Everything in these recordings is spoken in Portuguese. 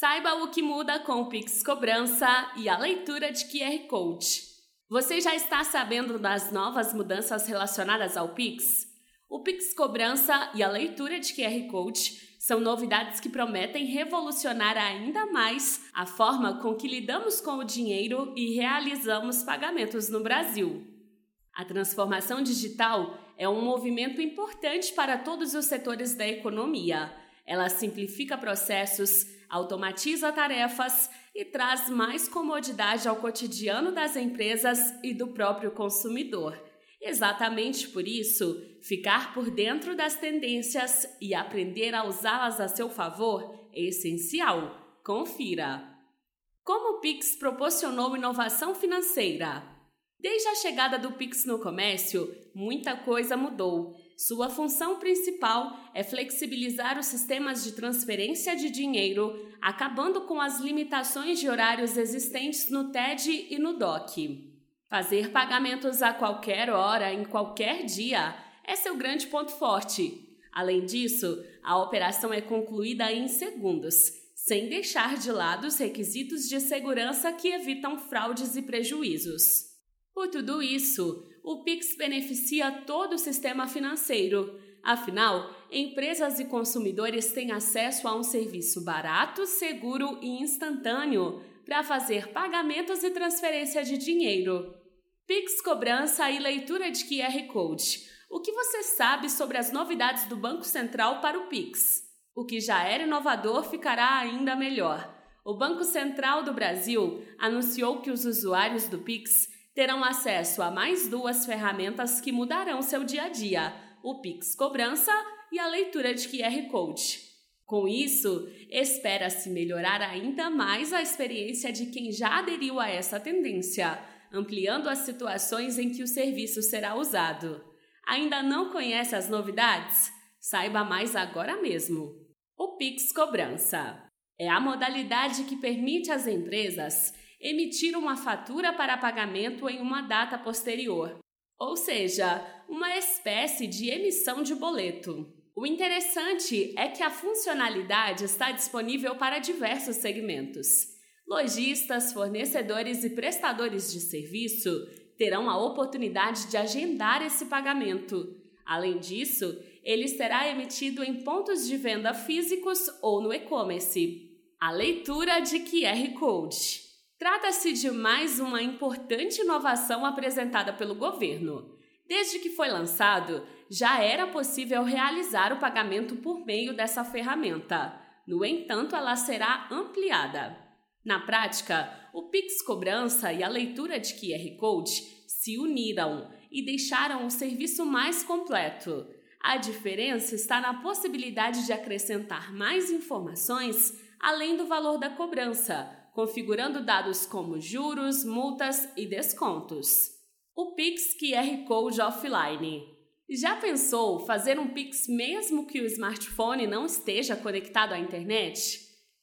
Saiba o que muda com o Pix Cobrança e a leitura de QR Code. Você já está sabendo das novas mudanças relacionadas ao Pix? O Pix Cobrança e a leitura de QR Code são novidades que prometem revolucionar ainda mais a forma com que lidamos com o dinheiro e realizamos pagamentos no Brasil. A transformação digital é um movimento importante para todos os setores da economia. Ela simplifica processos, automatiza tarefas e traz mais comodidade ao cotidiano das empresas e do próprio consumidor. Exatamente por isso, ficar por dentro das tendências e aprender a usá-las a seu favor é essencial. Confira! Como o Pix proporcionou inovação financeira? Desde a chegada do Pix no comércio, muita coisa mudou. Sua função principal é flexibilizar os sistemas de transferência de dinheiro, acabando com as limitações de horários existentes no TED e no DOC. Fazer pagamentos a qualquer hora, em qualquer dia, é seu grande ponto forte. Além disso, a operação é concluída em segundos, sem deixar de lado os requisitos de segurança que evitam fraudes e prejuízos. Por tudo isso, o Pix beneficia todo o sistema financeiro. Afinal, empresas e consumidores têm acesso a um serviço barato, seguro e instantâneo para fazer pagamentos e transferência de dinheiro. Pix Cobrança e leitura de QR Code. O que você sabe sobre as novidades do Banco Central para o Pix? O que já era inovador ficará ainda melhor. O Banco Central do Brasil anunciou que os usuários do Pix terão acesso a mais duas ferramentas que mudarão seu dia a dia, o Pix Cobrança e a leitura de QR Code. Com isso, espera-se melhorar ainda mais a experiência de quem já aderiu a essa tendência, ampliando as situações em que o serviço será usado. Ainda não conhece as novidades? Saiba mais agora mesmo. O Pix Cobrança é a modalidade que permite às empresas emitir uma fatura para pagamento em uma data posterior, ou seja, uma espécie de emissão de boleto. O interessante é que a funcionalidade está disponível para diversos segmentos. Lojistas, fornecedores e prestadores de serviço terão a oportunidade de agendar esse pagamento. Além disso, ele será emitido em pontos de venda físicos ou no e-commerce. A leitura de QR Code. Trata-se de mais uma importante inovação apresentada pelo governo. Desde que foi lançado, já era possível realizar o pagamento por meio dessa ferramenta. No entanto, ela será ampliada. Na prática, o Pix Cobrança e a leitura de QR Code se uniram e deixaram o serviço mais completo. A diferença está na possibilidade de acrescentar mais informações além do valor da cobrança, configurando dados como juros, multas e descontos. O Pix QR Code offline. Já pensou fazer um Pix mesmo que o smartphone não esteja conectado à internet?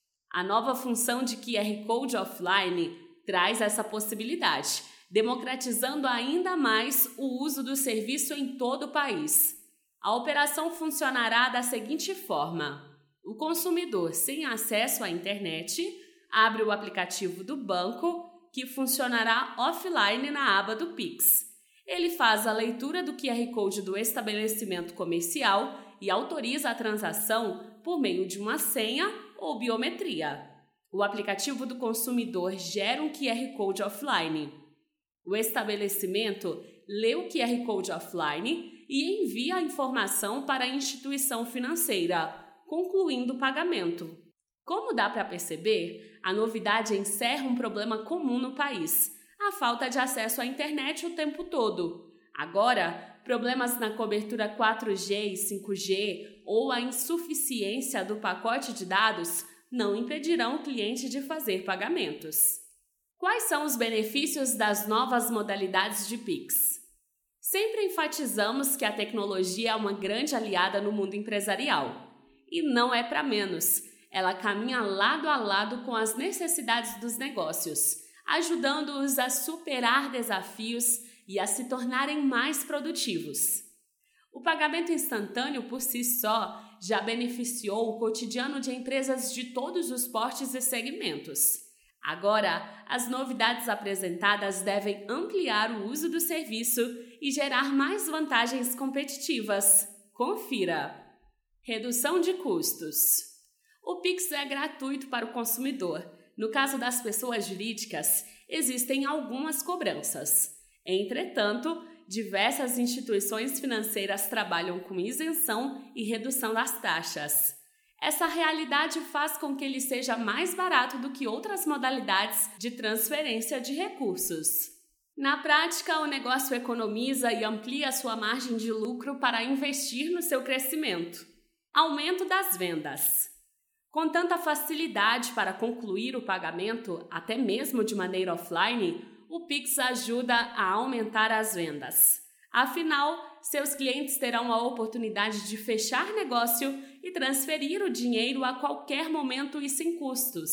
A nova função de QR Code offline traz essa possibilidade, democratizando ainda mais o uso do serviço em todo o país. A operação funcionará da seguinte forma: o consumidor sem acesso à internet abre o aplicativo do banco, que funcionará offline na aba do Pix. Ele faz a leitura do QR Code do estabelecimento comercial e autoriza a transação por meio de uma senha ou biometria. O aplicativo do consumidor gera um QR Code offline. O estabelecimento lê o QR Code offline e envia a informação para a instituição financeira, concluindo o pagamento. Como dá para perceber, a novidade encerra um problema comum no país, a falta de acesso à internet o tempo todo. Agora, problemas na cobertura 4G e 5G ou a insuficiência do pacote de dados não impedirão o cliente de fazer pagamentos. Quais são os benefícios das novas modalidades de Pix? Sempre enfatizamos que a tecnologia é uma grande aliada no mundo empresarial. E não é para menos. Ela caminha lado a lado com as necessidades dos negócios, ajudando-os a superar desafios e a se tornarem mais produtivos. O pagamento instantâneo por si só já beneficiou o cotidiano de empresas de todos os portes e segmentos. Agora, as novidades apresentadas devem ampliar o uso do serviço e gerar mais vantagens competitivas. Confira! Redução de custos. O Pix é gratuito para o consumidor. No caso das pessoas jurídicas, existem algumas cobranças. Entretanto, diversas instituições financeiras trabalham com isenção e redução das taxas. Essa realidade faz com que ele seja mais barato do que outras modalidades de transferência de recursos. Na prática, o negócio economiza e amplia sua margem de lucro para investir no seu crescimento. Aumento das vendas. Com tanta facilidade para concluir o pagamento, até mesmo de maneira offline, o Pix ajuda a aumentar as vendas. Afinal, seus clientes terão a oportunidade de fechar negócio e transferir o dinheiro a qualquer momento e sem custos.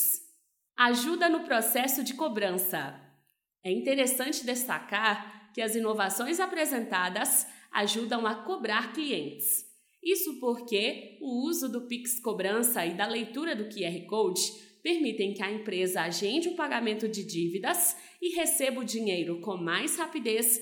Ajuda no processo de cobrança. É interessante destacar que as inovações apresentadas ajudam a cobrar clientes. Isso porque o uso do Pix Cobrança e da leitura do QR Code permitem que a empresa agende o pagamento de dívidas e receba o dinheiro com mais rapidez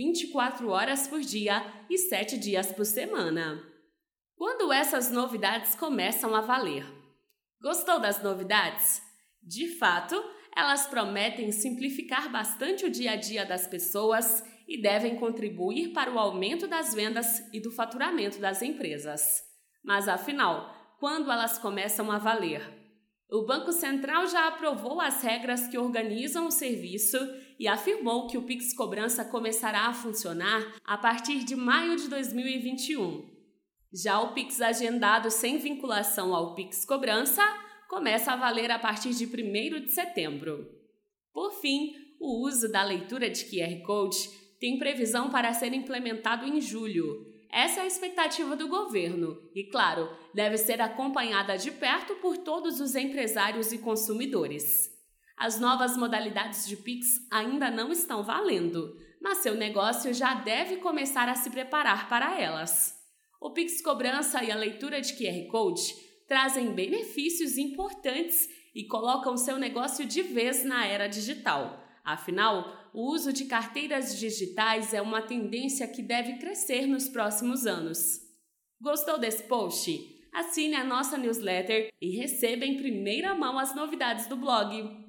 24 horas por dia e 7 dias por semana. Quando essas novidades começam a valer? Gostou das novidades? De fato, elas prometem simplificar bastante o dia a dia das pessoas e devem contribuir para o aumento das vendas e do faturamento das empresas. Mas afinal, quando elas começam a valer? O Banco Central já aprovou as regras que organizam o serviço e afirmou que o Pix Cobrança começará a funcionar a partir de maio de 2021. Já o Pix agendado sem vinculação ao Pix Cobrança começa a valer a partir de 1º de setembro. Por fim, o uso da leitura de QR Code tem previsão para ser implementado em julho. Essa é a expectativa do governo e, claro, deve ser acompanhada de perto por todos os empresários e consumidores. As novas modalidades de Pix ainda não estão valendo, mas seu negócio já deve começar a se preparar para elas. O Pix Cobrança e a leitura de QR Code trazem benefícios importantes e colocam seu negócio de vez na era digital. Afinal, o uso de carteiras digitais é uma tendência que deve crescer nos próximos anos. Gostou desse post? Assine a nossa newsletter e receba em primeira mão as novidades do blog.